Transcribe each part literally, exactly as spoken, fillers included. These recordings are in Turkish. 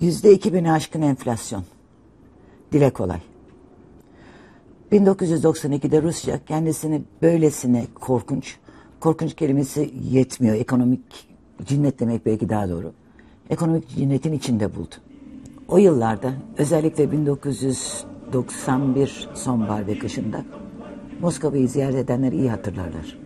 Yüzde iki bini aşkın enflasyon. Dile kolay. bin dokuz yüz doksan ikide Rusya kendisini böylesine korkunç, korkunç kelimesi yetmiyor. Ekonomik cinnet demek belki daha doğru. Ekonomik cinnetin içinde buldu. O yıllarda özellikle bin dokuz yüz doksan bir sonbahar ve kışında Moskova'yı ziyaret edenler iyi hatırlarlar.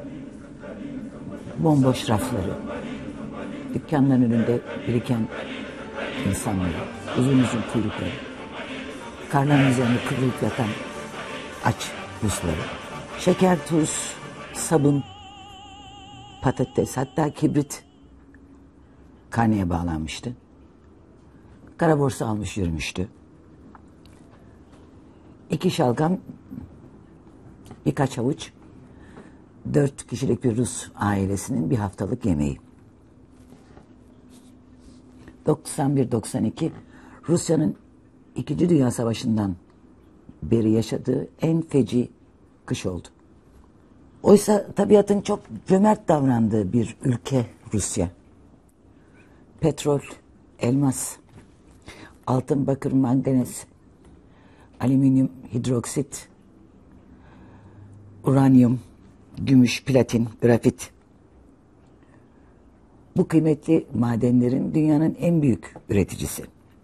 Bomboş rafları, dükkanların önünde biriken insanları, uzun uzun kuyrukları, karların üzerinde kıvrılıp yatan aç Rusları, şeker, tuz, sabun, patates, hatta kibrit karneye bağlanmıştı. Kara borsa almış yürümüştü. İki şalgam, birkaç havuç, dört kişilik bir Rus ailesinin bir haftalık yemeği. doksan bir doksan iki Rusya'nın İkinci Dünya Savaşı'ndan beri yaşadığı en feci kış oldu. Oysa tabiatın çok cömert davrandığı bir ülke Rusya. Petrol, elmas, altın, bakır, manganez, alüminyum, hidroksit, uranyum, gümüş, platin, grafit. Bu kıymetli madenlerin dünyanın en büyük üreticisi.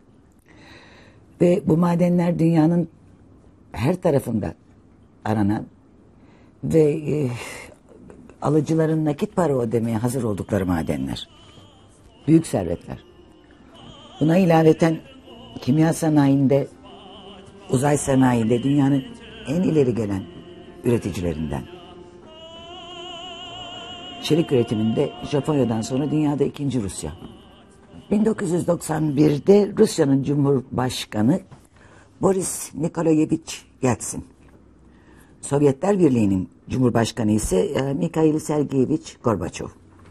Ve bu madenler dünyanın her tarafında aranan ve e, alıcıların nakit para ödemeye hazır oldukları madenler. Büyük servetler. Buna ilaveten kimya sanayinde, uzay sanayinde dünyanın en ileri gelen üreticilerinden. Çelik üretiminde Japonya'dan sonra dünyada ikinci Rusya. bin dokuz yüz doksan birde Rusya'nın Cumhurbaşkanı Boris Nikolaevich Yeltsin. Sovyetler Birliği'nin Cumhurbaşkanı ise Mikhail Sergeyevich Gorbaçov.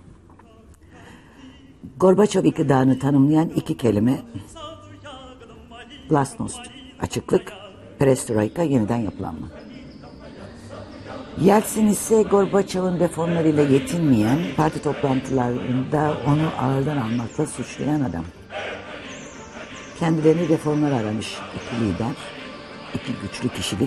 Gorbaçov iktidarını tanımlayan iki kelime: glasnost, açıklık, perestroika, yeniden yapılanma. Yeltsin ise Gorbaçov'un reformlarıyla yetinmeyen, parti toplantılarında onu ağırdan almakla suçlayan adam. Kendilerini reformlar aramış iki lider, iki güçlü kişilik.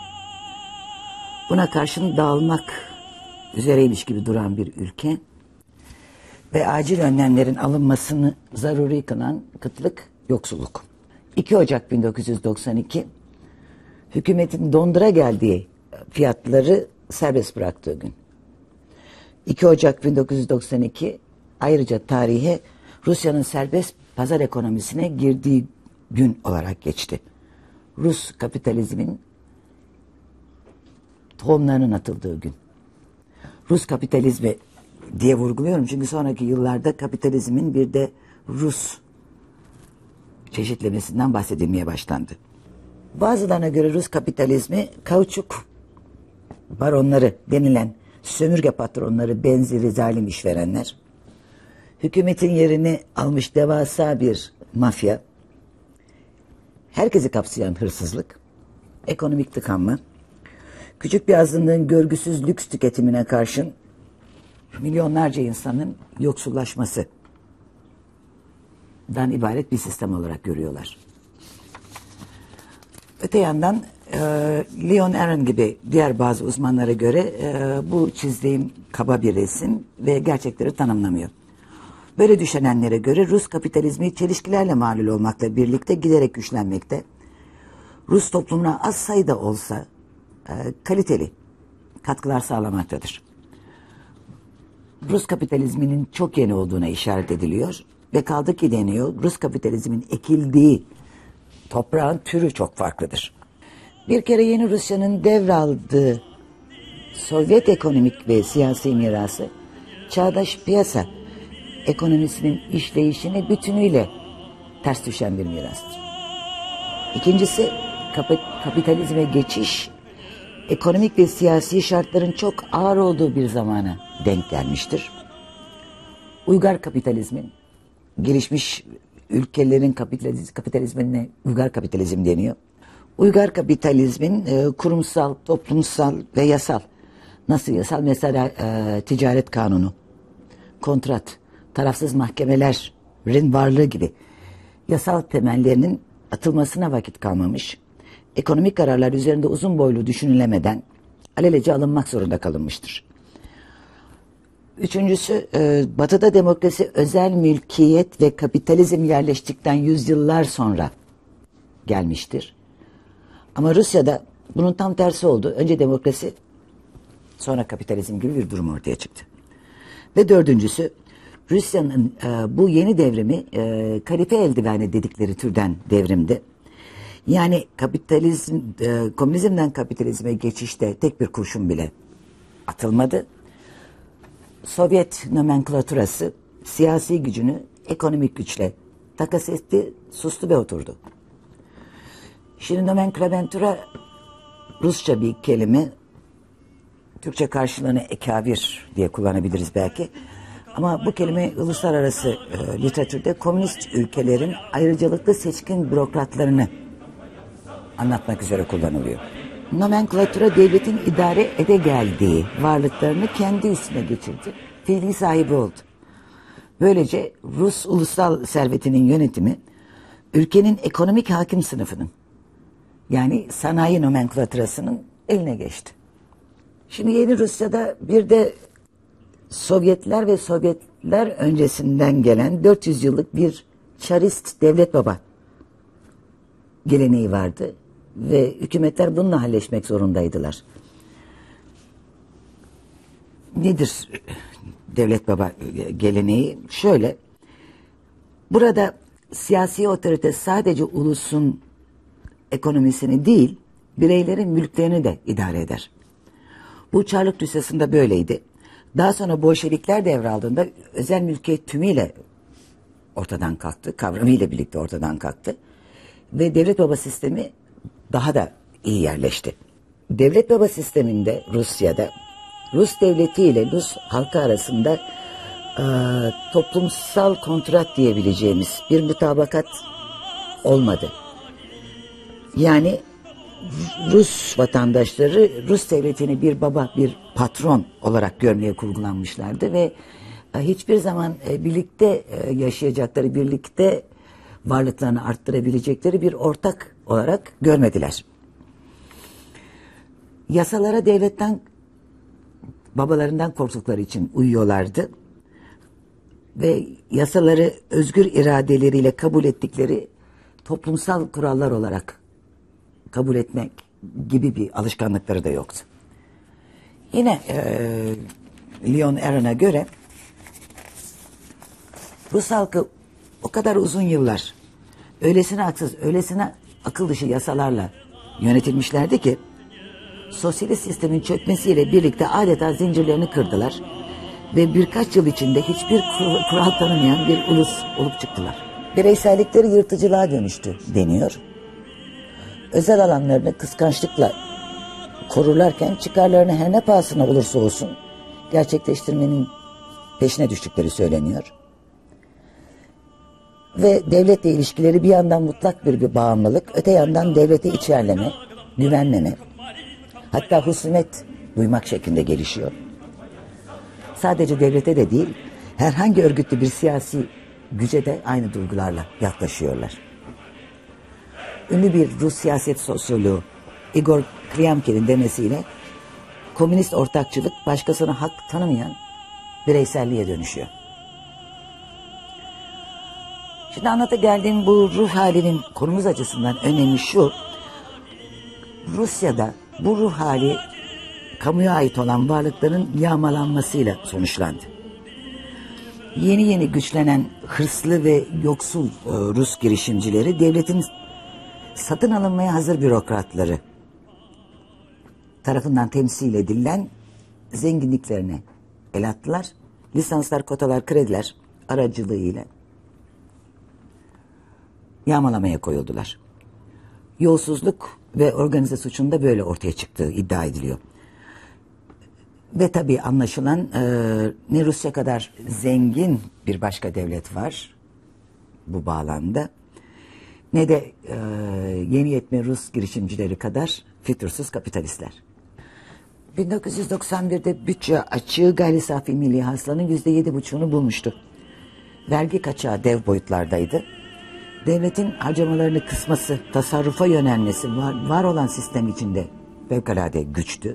Buna karşın dağılmak üzereymiş gibi duran bir ülke ve acil önlemlerin alınmasını zaruri kılan kıtlık, yoksulluk. iki Ocak bin dokuz yüz doksan iki hükümetin dondura geldiği fiyatları serbest bıraktığı gün. iki Ocak bin dokuz yüz doksan iki ayrıca tarihe Rusya'nın serbest pazar ekonomisine girdiği gün olarak geçti. Rus kapitalizmin tohumlarının atıldığı gün. Rus kapitalizmi diye vurguluyorum çünkü sonraki yıllarda kapitalizmin bir de Rus çeşitlemesinden bahsedilmeye başlandı. Bazılarına göre Rus kapitalizmi kauçuk baronları denilen sömürge patronları benzeri zalim işverenler, hükümetin yerini almış devasa bir mafya, herkesi kapsayan hırsızlık, ekonomik tıkanma, küçük bir azınlığın görgüsüz lüks tüketimine karşın milyonlarca insanın yoksullaşmasından ibaret bir sistem olarak görüyorlar. Öte yandan e, Leon Aron gibi diğer bazı uzmanlara göre e, bu çizdiğim kaba bir resim ve gerçekleri tanımlamıyor. Böyle düşünenlere göre Rus kapitalizmi çelişkilerle malul olmakla birlikte giderek güçlenmekte. Rus toplumuna az sayıda olsa e, kaliteli katkılar sağlamaktadır. Rus kapitalizminin çok yeni olduğuna işaret ediliyor ve kaldı ki deniyor, Rus kapitalizmin ekildiği toprağın türü çok farklıdır. Bir kere yeni Rusya'nın devraldığı Sovyet ekonomik ve siyasi mirası çağdaş piyasa ekonomisinin işleyişine bütünüyle ters düşen bir mirastır. İkincisi, kap- kapitalizme geçiş ekonomik ve siyasi şartların çok ağır olduğu bir zamana denk gelmiştir. Uygar kapitalizmin, gelişmiş ülkelerin kapitaliz kapitalizmine uygar kapitalizm deniyor. Uygar kapitalizmin e, kurumsal, toplumsal ve yasal, nasıl yasal? Mesela e, ticaret kanunu, kontrat, tarafsız mahkemelerin varlığı gibi yasal temellerinin atılmasına vakit kalmamış, ekonomik kararlar üzerinde uzun boylu düşünülemeden alelacele alınmak zorunda kalınmıştır. Üçüncüsü, e, Batı'da demokrasi, özel mülkiyet ve kapitalizm yerleştikten yüzyıllar sonra gelmiştir. Ama Rusya'da bunun tam tersi oldu. Önce demokrasi, sonra kapitalizm gibi bir durum ortaya çıktı. Ve dördüncüsü, Rusya'nın e, bu yeni devrimi e, kalife eldiveni dedikleri türden devrimdi. Yani kapitalizm, e, komünizmden kapitalizme geçişte tek bir kurşun bile atılmadı. Sovyet nomenklaturası siyasi gücünü ekonomik güçle takas etti, sustu ve oturdu. Şimdi nomenklatura Rusça bir kelime, Türkçe karşılığını ekavir diye kullanabiliriz belki. Ama bu kelime uluslararası e, literatürde komünist ülkelerin ayrıcalıklı seçkin bürokratlarını anlatmak üzere kullanılıyor. Nomenklatura devletin idare ede geldiği varlıklarını kendi üstüne geçirdi. Fiili sahibi oldu. Böylece Rus ulusal servetinin yönetimi ülkenin ekonomik hakim sınıfının, yani sanayi nomenklaturasının eline geçti. Şimdi yeni Rusya'da bir de Sovyetler ve Sovyetler öncesinden gelen dört yüz yıllık bir çarist devlet baba geleneği vardı ve hükümetler bununla halleşmek zorundaydılar. Nedir devlet baba geleneği? Şöyle, burada siyasi otorite sadece ulusun ekonomisini değil, bireylerin mülklerini de idare eder. Bu Çarlık Rusyası'nda böyleydi. Daha sonra Bolşevikler devraldığında özel mülkiyet tümüyle ortadan kalktı, kavramıyla birlikte ortadan kalktı. Ve devlet baba sistemi daha da iyi yerleşti. Devlet baba sisteminde Rusya'da Rus devleti ile Rus halkı arasında e, toplumsal kontrat diyebileceğimiz bir mutabakat olmadı. Yani Rus vatandaşları Rus devletini bir baba, bir patron olarak görmeye kurgulanmışlardı ve hiçbir zaman birlikte yaşayacakları, birlikte varlıklarını arttırabilecekleri bir ortak olarak görmediler. Yasalara devletten, babalarından korktukları için uyuyorlardı ve yasaları özgür iradeleriyle kabul ettikleri toplumsal kurallar olarak kabul etmek gibi bir alışkanlıkları da yoktu. Yine e, Leon Aron'a göre Rus halkı o kadar uzun yıllar öylesine haksız, öylesine akıl dışı yasalarla yönetilmişlerdi ki sosyalist sistemin çökmesiyle birlikte adeta zincirlerini kırdılar ve birkaç yıl içinde hiçbir kural tanımayan bir ulus olup çıktılar. Bireysellikleri yırtıcılığa dönüştü deniyor. Özel alanlarını kıskançlıkla korurlarken çıkarlarını her ne pahasına olursa olsun gerçekleştirmenin peşine düştükleri söyleniyor. Ve devletle ilişkileri bir yandan mutlak bir, bir bağımlılık, öte yandan devlete içerleme, güvenmeme, hatta husumet duymak şeklinde gelişiyor. Sadece devlete de değil, herhangi örgütlü bir siyasi güce de aynı duygularla yaklaşıyorlar. Ünlü bir Rus siyaset sosyoloğu Igor Kryamkin'in demesiyle komünist ortakçılık başkasına hak tanımayan bireyselliğe dönüşüyor. Şimdi anlata geldiğim bu ruh halinin konumuz açısından önemi şu: Rusya'da bu ruh hali kamuya ait olan varlıkların yağmalanmasıyla sonuçlandı. Yeni yeni güçlenen hırslı ve yoksul e, Rus girişimcileri devletin satın alınmaya hazır bürokratları tarafından temsil edilen zenginliklerine el attılar. Lisanslar, kotalar, krediler aracılığıyla yağmalamaya koyuldular. Yolsuzluk ve organize suçun da böyle ortaya çıktığı iddia ediliyor. Ve tabii anlaşılan e, ne Rusya kadar zengin bir başka devlet var bu bağlamda, ne de e, yeni yetme Rus girişimcileri kadar fütursuz kapitalistler. bin dokuz yüz doksan birde bütçe açığı gayri safi milli hasılanın yüzde yedi buçuğunu bulmuştu. Vergi kaçağı dev boyutlardaydı Devletin harcamalarını kısması, tasarrufa yönelmesi var, var olan sistem içinde fevkalade güçtü.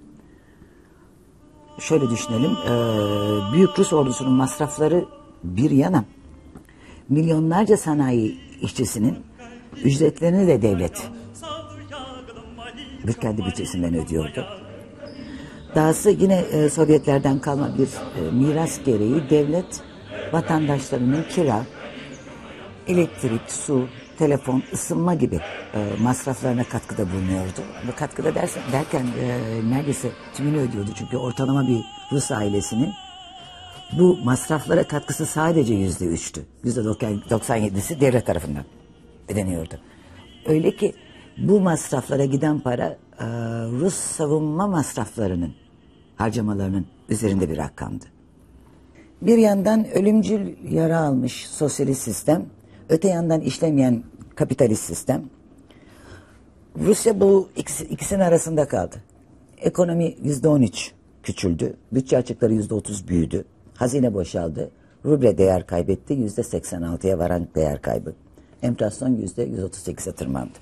Şöyle düşünelim, e, büyük Rus ordusunun masrafları bir yana, milyonlarca sanayi işçisinin ücretlerini de devlet bir kendi bütçesinden ödüyordu. Dahası yine e, Sovyetlerden kalma bir e, miras gereği devlet vatandaşlarının kira, elektrik, su, telefon, ısınma gibi e, masraflarına katkıda bulunuyordu. Bu katkıda dersen, derken e, neredeyse tümünü ödüyordu. Çünkü ortalama bir Rus ailesinin bu masraflara katkısı sadece yüzde üçtü. Yüzde doksan yedisi devlet tarafından ödeniyordu. Öyle ki bu masraflara giden para e, Rus savunma masraflarının, harcamalarının üzerinde bir rakamdı. Bir yandan ölümcül yara almış sosyalist sistem, öte yandan işlemeyen kapitalist sistem. Rusya bu ikisi, ikisinin arasında kaldı. Ekonomi yüzde on üç küçüldü, bütçe açıkları yüzde otuz büyüdü, hazine boşaldı, ruble değer kaybetti, yüzde seksen altıya varan değer kaybı. Enflasyon yüzde yüz otuz sekize tırmandı.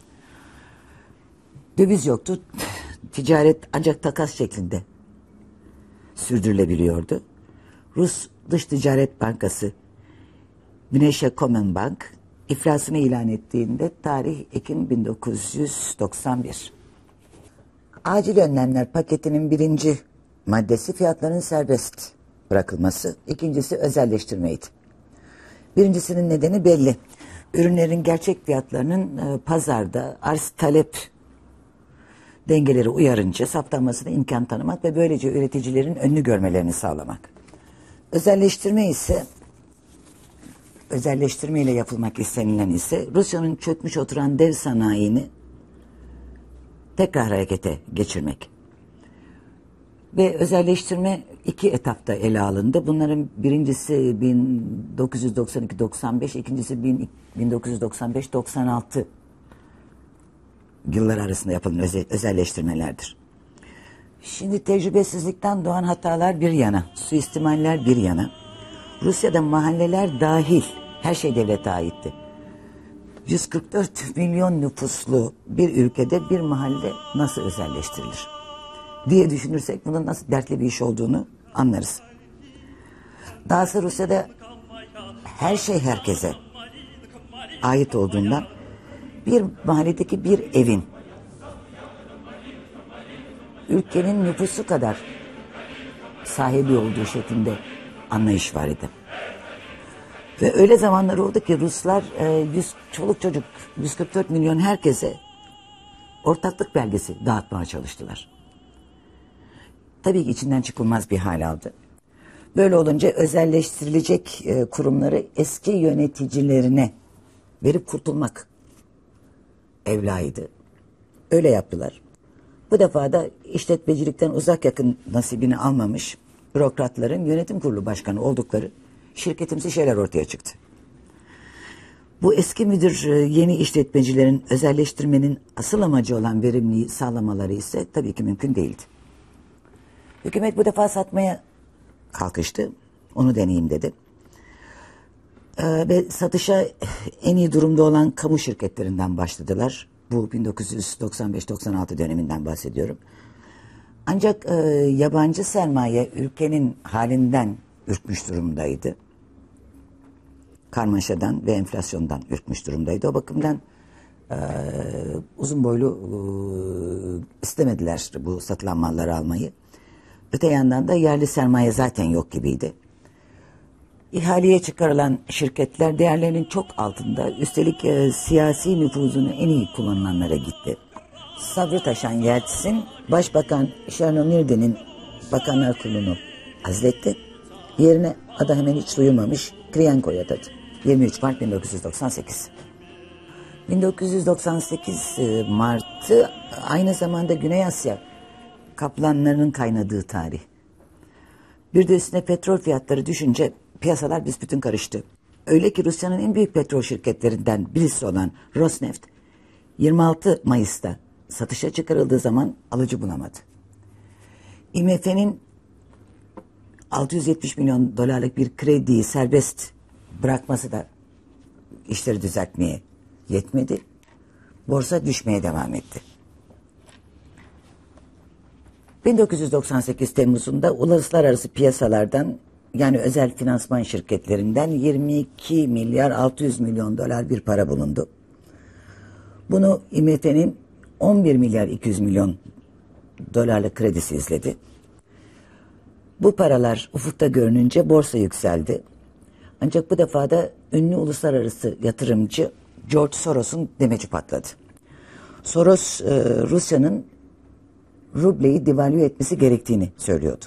Döviz yoktu, ticaret ancak takas şeklinde sürdürülebiliyordu. Rus Dış Ticaret Bankası Vneshekomenbank iflasını ilan ettiğinde tarih Ekim bin dokuz yüz doksan bir. Acil önlemler paketinin birinci maddesi fiyatların serbest bırakılması, ikincisi özelleştirmeydi. Birincisinin nedeni belli. Ürünlerin gerçek fiyatlarının e, pazarda arz talep dengeleri uyarınca saptanmasına imkan tanımak ve böylece üreticilerin önünü görmelerini sağlamak. Özelleştirme ise özelleştirme ile yapılmak istenilen ise Rusya'nın çökmüş oturan dev sanayini tekrar harekete geçirmek. Ve özelleştirme iki etapta ele alındı. Bunların birincisi bin dokuz yüz doksan iki doksan beş, ikincisi bin dokuz yüz doksan beş doksan altı yıllar arasında yapılan özel, özelleştirmelerdir. Şimdi tecrübesizlikten doğan hatalar bir yana, suistimaller bir yana, Rusya'da mahalleler dahil her şey devlete aitti. yüz kırk dört milyon nüfuslu bir ülkede bir mahalle nasıl özelleştirilir diye düşünürsek bunun nasıl dertli bir iş olduğunu anlarız. Dahası Rusya'da her şey herkese ait olduğundan bir mahalledeki bir evin ülkenin nüfusu kadar sahibi olduğu şeklinde anlayış var idi. Ve öyle zamanlar oldu ki Ruslar yüz çoluk çocuk yüz kırk dört milyon herkese ortaklık belgesi dağıtmaya çalıştılar. Tabii ki içinden çıkılmaz bir hal aldı. Böyle olunca özelleştirilecek kurumları eski yöneticilerine verip kurtulmak evlaydı. Öyle yaptılar. Bu defa da işletmecilikten uzak yakın nasibini almamış bürokratların yönetim kurulu başkanı oldukları şirketimsi şeyler ortaya çıktı. Bu eski müdür yeni işletmecilerin özelleştirmenin asıl amacı olan verimliliği sağlamaları ise tabii ki mümkün değildi. Hükümet bu defa satmaya kalkıştı. Onu deneyeyim dedi. Ee, ve satışa en iyi durumda olan kamu şirketlerinden başladılar. Bu bin dokuz yüz doksan beş doksan altı döneminden bahsediyorum. Ancak e, yabancı sermaye ülkenin halinden ürkmüş durumdaydı. Karmaşadan ve enflasyondan ürkmüş durumdaydı. O bakımdan e, uzun boylu e, istemediler bu satılan malları almayı. Öte yandan da yerli sermaye zaten yok gibiydi. İhaleye çıkarılan şirketler değerlerinin çok altında, üstelik e, siyasi nüfuzunu en iyi kullanılanlara gitti. Sabrı taşan Yeltsin, Başbakan Chernomyrdy'nin Bakanlar Kurulu'nu azletti. Yerine adı hemen hiç duyulmamış Kriyenko'yu atadı. yirmi üç Mart bin dokuz yüz doksan sekiz. bin dokuz yüz doksan sekiz Mart'ı aynı zamanda Güney Asya kaplanlarının kaynadığı tarih. Bir de üstüne petrol fiyatları düşünce piyasalar büsbütün karıştı. Öyle ki Rusya'nın en büyük petrol şirketlerinden birisi olan Rosneft yirmi altı Mayıs'ta satışa çıkarıldığı zaman alıcı bulamadı. I M F'nin altı yüz yetmiş milyon dolarlık bir krediyi serbest bırakması da işleri düzeltmeye yetmedi. Borsa düşmeye devam etti. bin dokuz yüz doksan sekiz Temmuz'unda uluslararası piyasalardan, yani özel finansman şirketlerinden yirmi iki milyar altı yüz milyon dolar bir para bulundu. Bunu I M F'nin on bir milyar iki yüz milyon dolarlık kredisi izledi. Bu paralar ufukta görününce borsa yükseldi. Ancak bu defa da ünlü uluslararası yatırımcı George Soros'un demeci patladı. Soros, e, Rusya'nın rubleyi devalüe etmesi gerektiğini söylüyordu.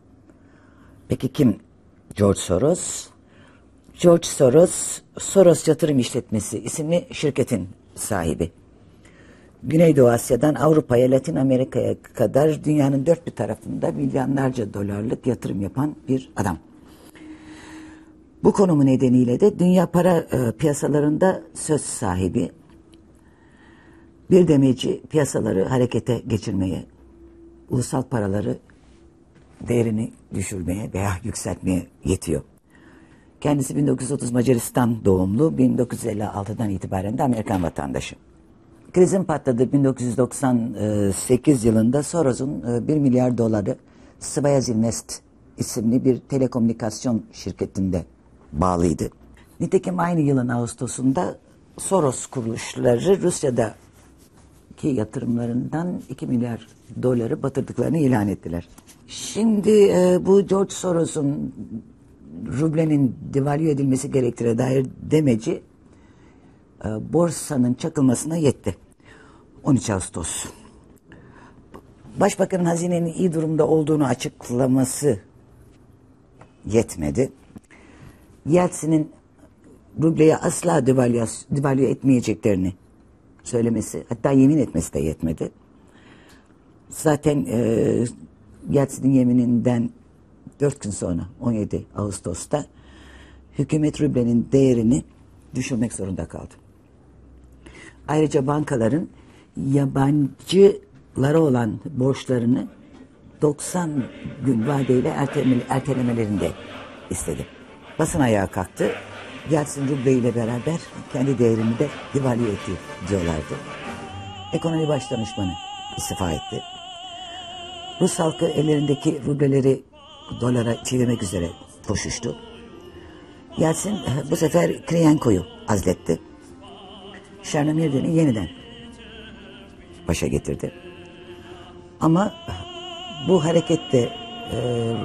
Peki kim George Soros? George Soros, Soros Yatırım İşletmesi isimli şirketin sahibi. Güneydoğu Asya'dan Avrupa'ya, Latin Amerika'ya kadar dünyanın dört bir tarafında milyonlarca dolarlık yatırım yapan bir adam. Bu konumu nedeniyle de dünya para e, piyasalarında söz sahibi, bir demeci piyasaları harekete geçirmeye, ulusal paraları değerini düşürmeye veya yükseltmeye yetiyor. Kendisi bin dokuz yüz otuz Macaristan doğumlu, bin dokuz yüz elli altıdan itibaren de Amerikan vatandaşı. Krizin patladığı bin dokuz yüz doksan sekiz yılında Soros'un bir milyar doları Svayaz Invest isimli bir telekomünikasyon şirketinde bağlıydı. Nitekim aynı yılın Ağustos'unda Soros kuruluşları Rusya'daki yatırımlarından iki milyar doları batırdıklarını ilan ettiler. Şimdi e, bu George Soros'un rublenin devalüe edilmesi gerektiğine dair demeci e, borsanın çakılmasına yetti. on üç Ağustos. Başbakanın hazinenin iyi durumda olduğunu açıklaması yetmedi. Yeltsin'in rubleyi asla devalüe, devalüe etmeyeceklerini söylemesi, hatta yemin etmesi de yetmedi. Zaten e, Yeltsin'in yemininden dört gün sonra on yedi Ağustos'ta hükümet rublenin değerini düşürmek zorunda kaldı. Ayrıca bankaların yabancılara olan borçlarını doksan gün vadeyle ertelemelerini de istedi. Basın ayağa kalktı. Yeltsin ruble ile beraber kendi değerini de devalüe etti diyorlardı. Ekonomi baş danışmanı istifa etti. Rus halkı ellerindeki rubleleri dolara çevirmek üzere koşuştu. Yeltsin bu sefer Kriyenko'yu azletti. Chernomyrdin'i yeniden başa getirdi. Ama bu harekette e,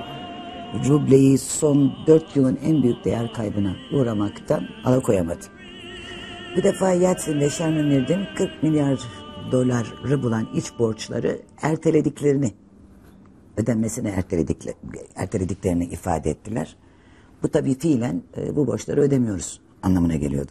rubleyi son dört yılın en büyük değer kaybına uğramaktan alakoyamadı. Bu defa Yeltsin ve Chernomyrdin kırk milyar doları bulan iç borçları ertelediklerini, ödenmesini erteledikler, ertelediklerini ifade ettiler. Bu tabii fiilen e, bu borçları ödemiyoruz anlamına geliyordu.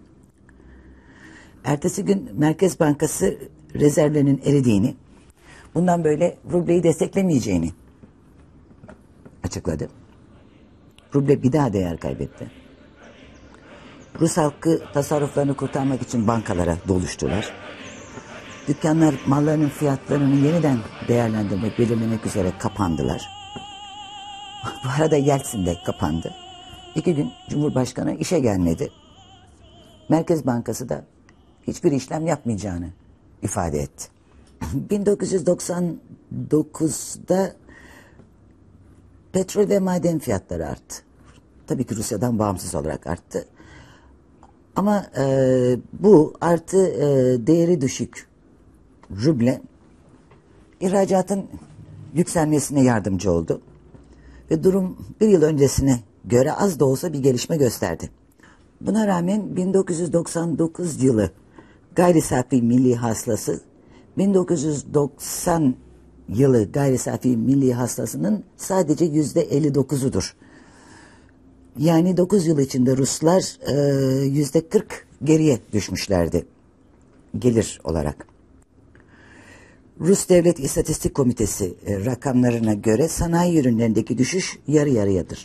Ertesi gün Merkez Bankası rezervlerinin eridiğini, bundan böyle rubleyi desteklemeyeceğini açıkladı. Ruble bir daha değer kaybetti. Rus halkı tasarruflarını kurtarmak için bankalara doluştular. Dükkanlar mallarının fiyatlarını yeniden değerlendirmek, belirlemek üzere kapandılar. Bu arada Yeltsin de kapandı. İki gün Cumhurbaşkanı işe gelmedi. Merkez Bankası da hiçbir işlem yapmayacağını ifade etti. bin dokuz yüz doksan dokuzda petrol ve maden fiyatları arttı. Tabii ki Rusya'dan bağımsız olarak arttı. Ama e, bu artı e, değeri düşük ruble ihracatın yükselmesine yardımcı oldu. Ve durum bir yıl öncesine göre az da olsa bir gelişme gösterdi. Buna rağmen bin dokuz yüz doksan dokuz yılı gayri safi milli hasılası bin dokuz yüz doksan yılı gayri safi milli hasılasının sadece yüzde elli dokuzudur. Yani dokuz yıl içinde Ruslar yüzde kırk geriye düşmüşlerdi gelir olarak. Rus Devlet İstatistik Komitesi e, rakamlarına göre sanayi ürünlerindeki düşüş yarı yarıyadır.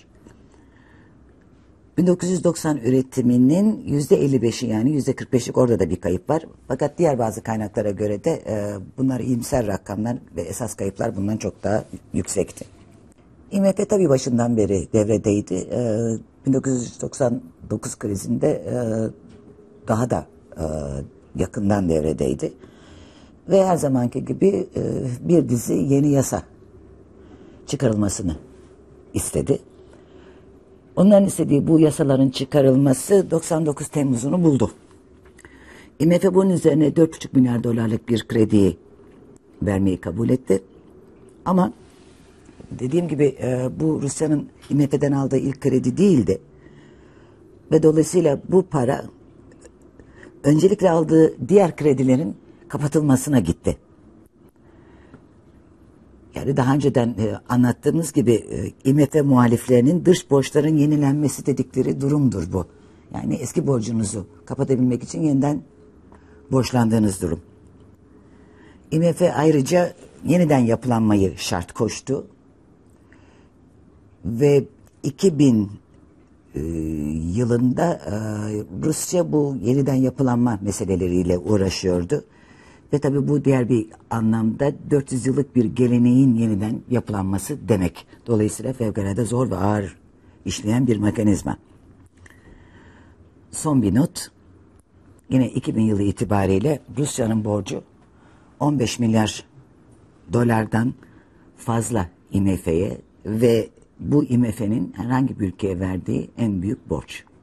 bin dokuz yüz doksan üretiminin yüzde elli beşi, yani yüzde kırk beşlik orada da bir kayıp var. Fakat diğer bazı kaynaklara göre de e, bunlar iyimser rakamlar ve esas kayıplar bundan çok daha yüksekti. I M F tabii başından beri devredeydi. E, bin dokuz yüz doksan dokuz krizinde e, daha da e, yakından devredeydi. Ve her zamanki gibi e, bir dizi yeni yasa çıkarılmasını istedi. Onların istediği bu yasaların çıkarılması doksan dokuz Temmuz'unu buldu. I M F bunun üzerine dört buçuk milyar dolarlık bir krediyi vermeyi kabul etti. Ama dediğim gibi e, bu Rusya'nın I M F'den aldığı ilk kredi değildi. Ve dolayısıyla bu para öncelikle aldığı diğer kredilerin kapatılmasına gitti. Yani daha önceden e, anlattığımız gibi e, I M F muhaliflerinin dış borçların yenilenmesi dedikleri durumdur bu. Yani eski borcunuzu kapatabilmek için yeniden borçlandığınız durum. I M F ayrıca yeniden yapılanmayı şart koştu. Ve iki bin e, yılında e, Rusya bu yeniden yapılanma meseleleriyle uğraşıyordu. Ve tabii bu diğer bir anlamda dört yüz yıllık bir geleneğin yeniden yapılanması demek. Dolayısıyla fevkalade zor ve ağır işleyen bir mekanizma. Son bir not. Yine iki bin yılı itibariyle Rusya'nın borcu on beş milyar dolardan fazla I M F'ye ve bu I M F'nin herhangi bir ülkeye verdiği en büyük borç.